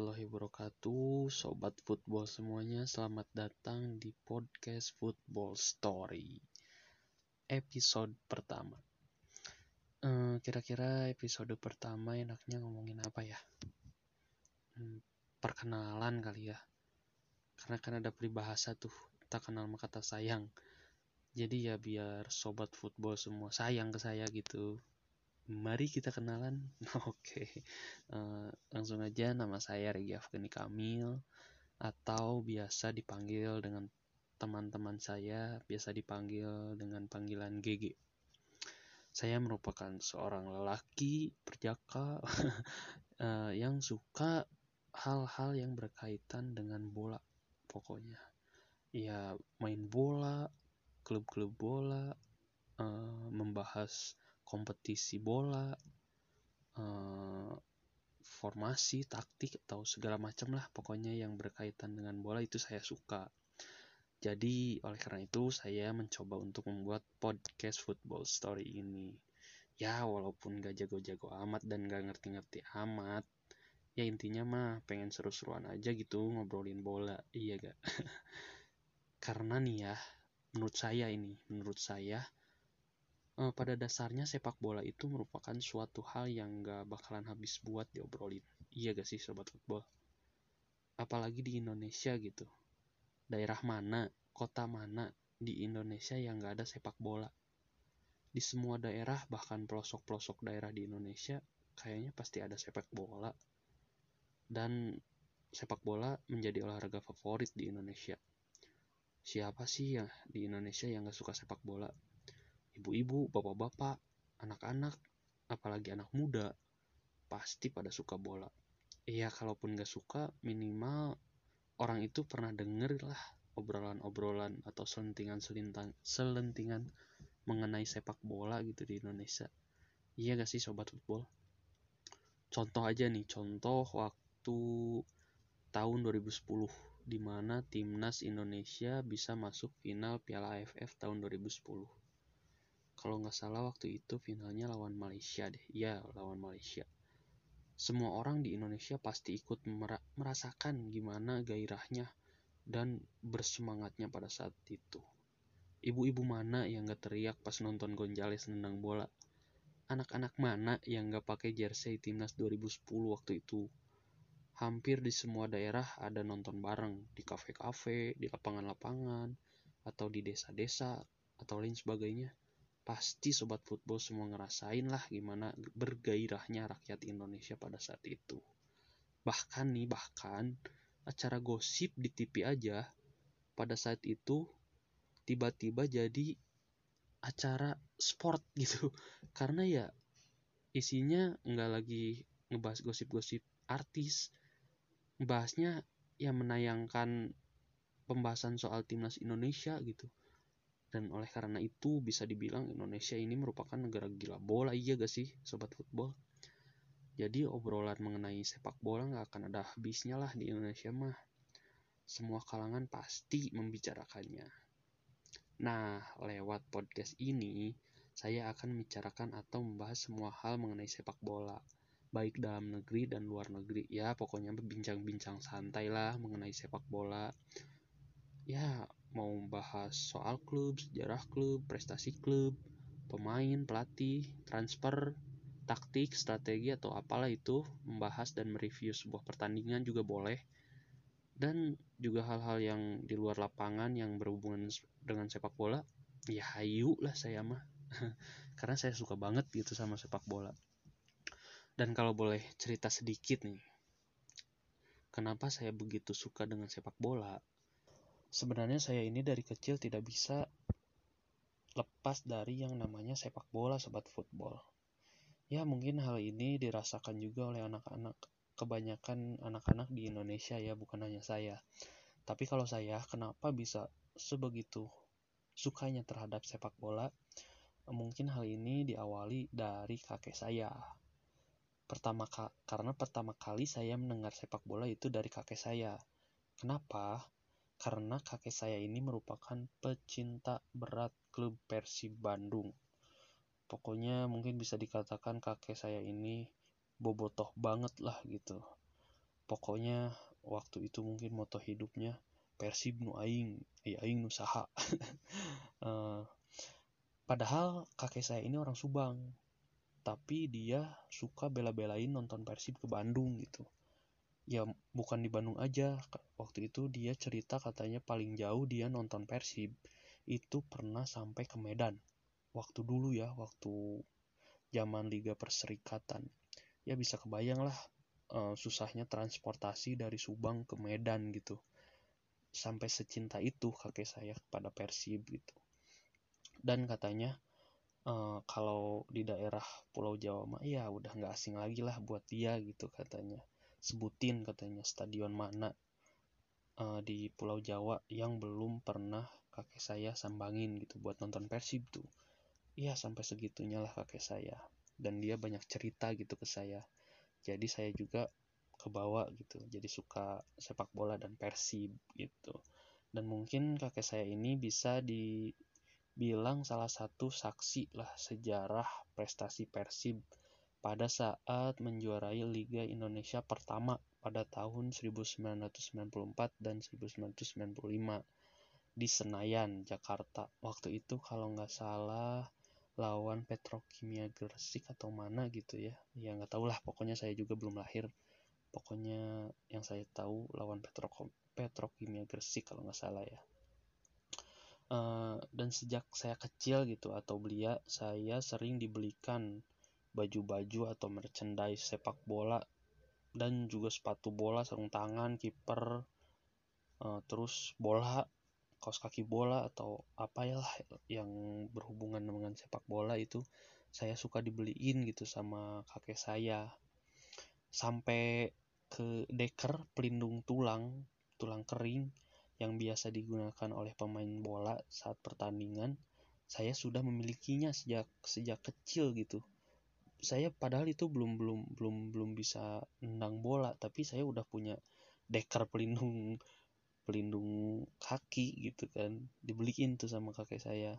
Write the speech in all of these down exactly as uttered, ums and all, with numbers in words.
warahmatullahi wabarakatuh, Sobat Football semuanya. Selamat datang di podcast Football Story episode pertama. Eh, Kira-kira episode pertama enaknya ngomongin apa ya? Hmm, perkenalan kali ya. Karena kan ada peribahasa tuh, tak kenal maka tak sayang. Jadi ya biar Sobat Football semua sayang ke saya gitu. Mari kita kenalan. Oke, uh, langsung aja. Nama saya Regi Afgani Kamil, atau biasa dipanggil dengan teman-teman saya, biasa dipanggil dengan panggilan G G. Saya merupakan seorang lelaki perjaka uh, yang suka hal-hal yang berkaitan dengan bola. Pokoknya, ya main bola, klub-klub bola, uh, membahas kompetisi bola, uh, formasi, taktik, atau segala macam lah pokoknya yang berkaitan dengan bola itu saya suka. Jadi oleh karena itu saya mencoba untuk membuat podcast Football Story ini. Ya walaupun gak jago-jago amat dan gak ngerti-ngerti amat, ya intinya mah pengen seru-seruan aja gitu ngobrolin bola, iya gak? Karena nih ya, menurut saya ini, menurut saya Eh, pada dasarnya sepak bola itu merupakan suatu hal yang gak bakalan habis buat diobrolin. Iya gak sih Sobat Football? Apalagi di Indonesia gitu. Daerah mana, kota mana di Indonesia yang gak ada sepak bola? Di semua daerah, bahkan pelosok-pelosok daerah di Indonesia, kayaknya pasti ada sepak bola. Dan sepak bola menjadi olahraga favorit di Indonesia. Siapa sih ya di Indonesia yang gak suka sepak bola? Ibu-ibu, bapak-bapak, anak-anak, apalagi anak muda, pasti pada suka bola. Iya, kalaupun gak suka, minimal orang itu pernah denger lah obrolan-obrolan atau selentingan-selentingan selentingan mengenai sepak bola gitu di Indonesia. Iya gak sih Sobat Football? Contoh aja nih, contoh waktu tahun dua ribu sepuluh, di mana timnas Indonesia bisa masuk final Piala A F F tahun dua ribu sepuluh. Kalau nggak salah waktu itu finalnya lawan Malaysia deh. Ya, lawan Malaysia. Semua orang di Indonesia pasti ikut merasakan gimana gairahnya dan bersemangatnya pada saat itu. Ibu-ibu mana yang gak teriak pas nonton Gonzales nendang bola? Anak-anak mana yang gak pakai jersey timnas dua ribu sepuluh waktu itu? Hampir di semua daerah ada nonton bareng, di kafe-kafe, di lapangan-lapangan, atau di desa-desa, atau lain sebagainya. Pasti Sobat Football semua ngerasain lah gimana bergairahnya rakyat Indonesia pada saat itu. Bahkan nih, bahkan acara gosip di T V aja pada saat itu tiba-tiba jadi acara sport gitu. Karena ya isinya nggak lagi ngebahas gosip-gosip artis, ngebahasnya ya menayangkan pembahasan soal timnas Indonesia gitu. Dan oleh karena itu bisa dibilang Indonesia ini merupakan negara gila bola, iya gak sih Sobat Football? Jadi obrolan mengenai sepak bola gak akan ada habisnya lah di Indonesia mah. Semua kalangan pasti membicarakannya. Nah, lewat podcast ini saya akan membicarakan atau membahas semua hal mengenai sepak bola, baik dalam negeri dan luar negeri. Ya pokoknya berbincang-bincang santai lah mengenai sepak bola. Ya mau bahas soal klub, sejarah klub, prestasi klub, pemain, pelatih, transfer, taktik, strategi, atau apalah itu, membahas dan mereview sebuah pertandingan juga boleh. Dan juga hal-hal yang di luar lapangan yang berhubungan dengan sepak bola, ya hayu lah saya mah. Karena saya suka banget gitu sama sepak bola. Dan kalau boleh cerita sedikit nih, kenapa saya begitu suka dengan sepak bola? Sebenarnya saya ini dari kecil tidak bisa lepas dari yang namanya sepak bola, Sobat Football. Ya mungkin hal ini dirasakan juga oleh anak-anak, kebanyakan anak-anak di Indonesia ya, bukan hanya saya. Tapi kalau saya kenapa bisa sebegitu sukanya terhadap sepak bola, mungkin hal ini diawali dari kakek saya. Pertama ka- karena pertama kali saya mendengar sepak bola itu dari kakek saya. Kenapa? Karena kakek saya ini merupakan pecinta berat klub Persib Bandung. Pokoknya mungkin bisa dikatakan kakek saya ini bobotoh banget lah gitu. Pokoknya waktu itu mungkin moto hidupnya Persib nu aing, ya aing nu saha. uh, Padahal kakek saya ini orang Subang, tapi dia suka bela-belain nonton Persib ke Bandung gitu. Ya bukan di Bandung aja, waktu itu dia cerita katanya paling jauh dia nonton Persib itu pernah sampai ke Medan. Waktu dulu ya, waktu zaman Liga Perserikatan. Ya bisa kebayang lah uh, susahnya transportasi dari Subang ke Medan gitu. Sampai secinta itu kakek saya kepada Persib gitu. Dan katanya Uh, kalau di daerah Pulau Jawa mah ya udah nggak asing lagi lah buat dia gitu katanya. Sebutin katanya stadion mana uh, di Pulau Jawa yang belum pernah kakek saya sambangin gitu buat nonton Persib tuh. Iya sampai segitunya lah kakek saya. Dan dia banyak cerita gitu ke saya. Jadi saya juga kebawa gitu. Jadi suka sepak bola dan Persib gitu. Dan mungkin kakek saya ini bisa di bilang salah satu saksi lah sejarah prestasi Persib pada saat menjuarai Liga Indonesia pertama pada tahun seribu sembilan ratus sembilan puluh empat dan seribu sembilan ratus sembilan puluh lima di Senayan, Jakarta. Waktu itu kalau nggak salah lawan Petrokimia Gresik atau mana gitu ya. Ya nggak tahu lah, pokoknya saya juga belum lahir. Pokoknya yang saya tahu lawan Petro Petrokimia Gresik kalau nggak salah ya. Uh, dan sejak saya kecil gitu atau belia, saya sering dibelikan baju-baju atau merchandise sepak bola dan juga sepatu bola, sarung tangan, kiper, uh, terus bola, kaos kaki bola atau apa ya lah yang berhubungan dengan sepak bola itu saya suka dibeliin gitu sama kakek saya. Sampai ke deker pelindung tulang, tulang kering yang biasa digunakan oleh pemain bola saat pertandingan, saya sudah memilikinya sejak sejak kecil gitu. Saya padahal itu belum belum belum belum bisa nendang bola, tapi saya udah punya deker pelindung pelindung kaki gitu kan, dibeliin tuh sama kakek saya.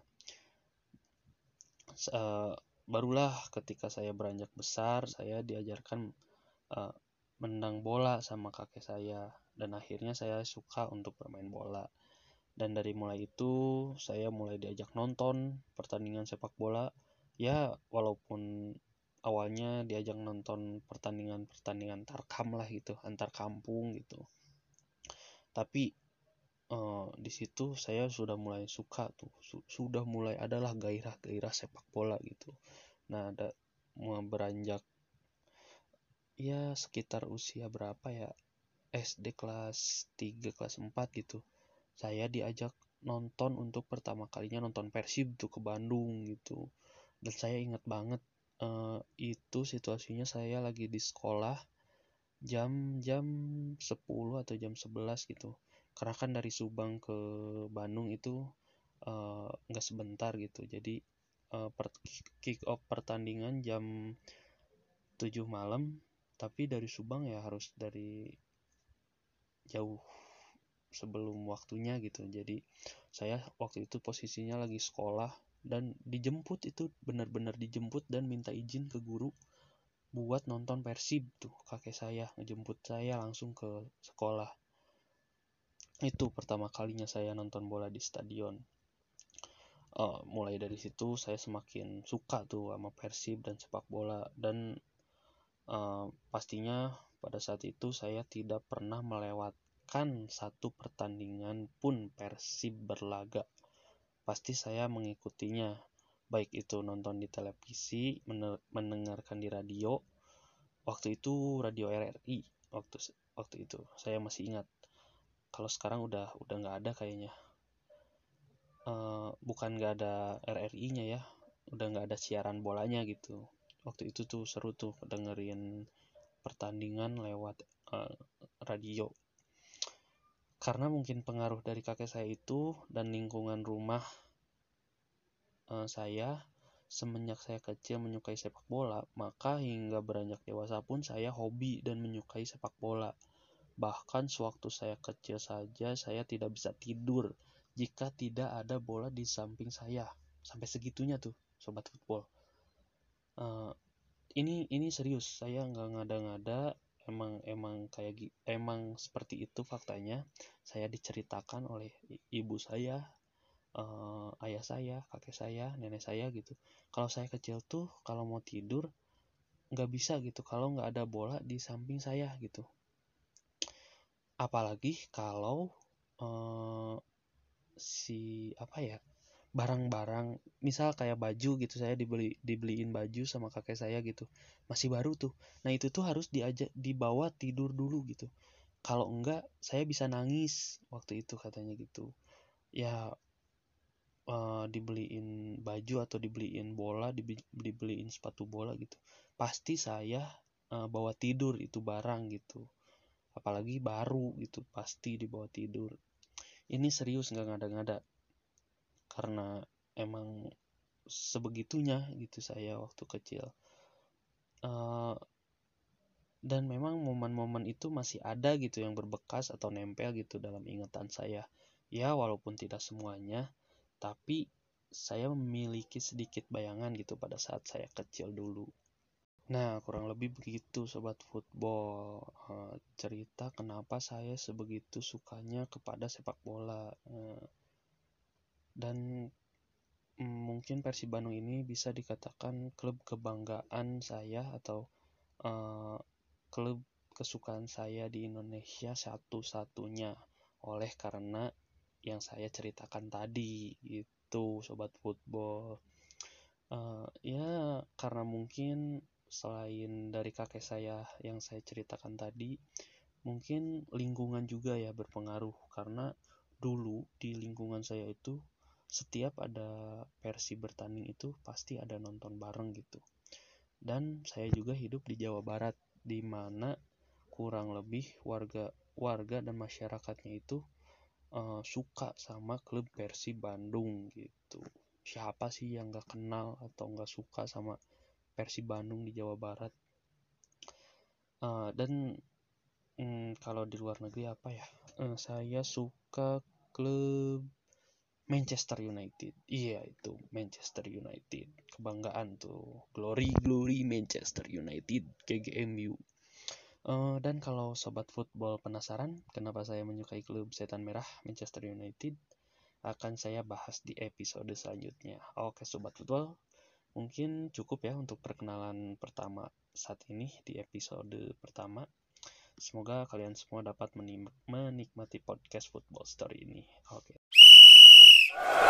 Uh, barulah ketika saya beranjak besar, saya diajarkan uh, menendang bola sama kakek saya, dan akhirnya saya suka untuk bermain bola. Dan dari mulai itu saya mulai diajak nonton pertandingan sepak bola. Ya walaupun awalnya diajak nonton pertandingan-pertandingan tarkam lah gitu, antar kampung gitu. Tapi uh, di situ saya sudah mulai suka tuh, su- sudah mulai adalah gairah-gairah sepak bola gitu. Nah, ada mau beranjak ya sekitar usia berapa ya? S D kelas tiga, kelas empat gitu. Saya diajak nonton untuk pertama kalinya nonton Persib tuh ke Bandung gitu. Dan saya ingat banget uh, itu situasinya saya lagi di sekolah jam-jam sepuluh atau jam sebelas gitu. Karena kan dari Subang ke Bandung itu uh, nggak sebentar gitu. Jadi uh, per kick off pertandingan jam tujuh malam, tapi dari Subang ya harus dari jauh sebelum waktunya gitu. Jadi saya waktu itu posisinya lagi sekolah dan dijemput, itu benar-benar dijemput dan minta izin ke guru buat nonton Persib tuh. Kakek saya ngejemput saya langsung ke sekolah. Itu pertama kalinya saya nonton bola di stadion. Uh, mulai dari situ saya semakin suka tuh sama Persib dan sepak bola, dan uh, pastinya pada saat itu saya tidak pernah melewatkan satu pertandingan pun Persib berlaga. Pasti saya mengikutinya, baik itu nonton di televisi, mendengarkan di radio. Waktu itu radio R R I, waktu waktu itu saya masih ingat. Kalau sekarang udah udah nggak ada kayaknya. Uh, bukan nggak ada R R I-nya ya, udah nggak ada siaran bolanya gitu. Waktu itu tuh seru tuh dengerin pertandingan lewat uh, radio. Karena mungkin pengaruh dari kakek saya itu dan lingkungan rumah uh, saya, semenjak saya kecil menyukai sepak bola, maka hingga beranjak dewasa pun saya hobi dan menyukai sepak bola. Bahkan sewaktu saya kecil saja saya tidak bisa tidur jika tidak ada bola di samping saya. Sampai segitunya tuh sobat football. Uh, ini ini serius, saya nggak ngada-ngada. emang emang kayak emang seperti itu faktanya. Saya diceritakan oleh ibu saya, uh, ayah saya, kakek saya, nenek saya gitu. Kalau saya kecil tuh kalau mau tidur nggak bisa gitu kalau nggak ada bola di samping saya gitu. Apalagi kalau uh, si apa ya barang-barang misal kayak baju gitu, saya dibeli dibeliin baju sama kakek saya gitu, masih baru tuh. Nah itu tuh harus diajak dibawa tidur dulu gitu. Kalau enggak saya bisa nangis waktu itu katanya gitu. Ya uh, dibeliin baju atau dibeliin bola, dibeliin sepatu bola gitu. Pasti saya uh, bawa tidur itu barang gitu. Apalagi baru gitu, pasti dibawa tidur. Ini serius nggak ngada-ngada. Karena emang sebegitunya gitu saya waktu kecil. Uh, dan memang momen-momen itu masih ada gitu yang berbekas atau nempel gitu dalam ingatan saya. Ya walaupun tidak semuanya, tapi saya memiliki sedikit bayangan gitu pada saat saya kecil dulu. Nah kurang lebih begitu sobat football, uh, cerita kenapa saya sebegitu sukanya kepada sepak bola. Uh, dan mm, mungkin Persib Bandung ini bisa dikatakan klub kebanggaan saya atau uh, klub kesukaan saya di Indonesia satu-satunya, oleh karena yang saya ceritakan tadi gitu sobat football. Uh, ya karena mungkin selain dari kakek saya yang saya ceritakan tadi, mungkin lingkungan juga ya berpengaruh, karena dulu di lingkungan saya itu setiap ada Persib bertanding itu pasti ada nonton bareng gitu. Dan saya juga hidup di Jawa Barat, di mana kurang lebih warga warga dan masyarakatnya itu uh, suka sama klub Persib Bandung gitu. Siapa sih yang gak kenal atau gak suka sama Persib Bandung di Jawa Barat? Uh, dan Hmm, kalau di luar negeri apa ya? Uh, saya suka klub Manchester United. Iya itu Manchester United. Kebanggaan tuh. Glory Glory Manchester United. K G M U. Uh, dan kalau sobat football penasaran kenapa saya menyukai klub Setan Merah Manchester United, akan saya bahas di episode selanjutnya. Oke sobat football, mungkin cukup ya untuk perkenalan pertama saat ini di episode pertama. Semoga kalian semua dapat menikmati podcast Football Story ini. Oke.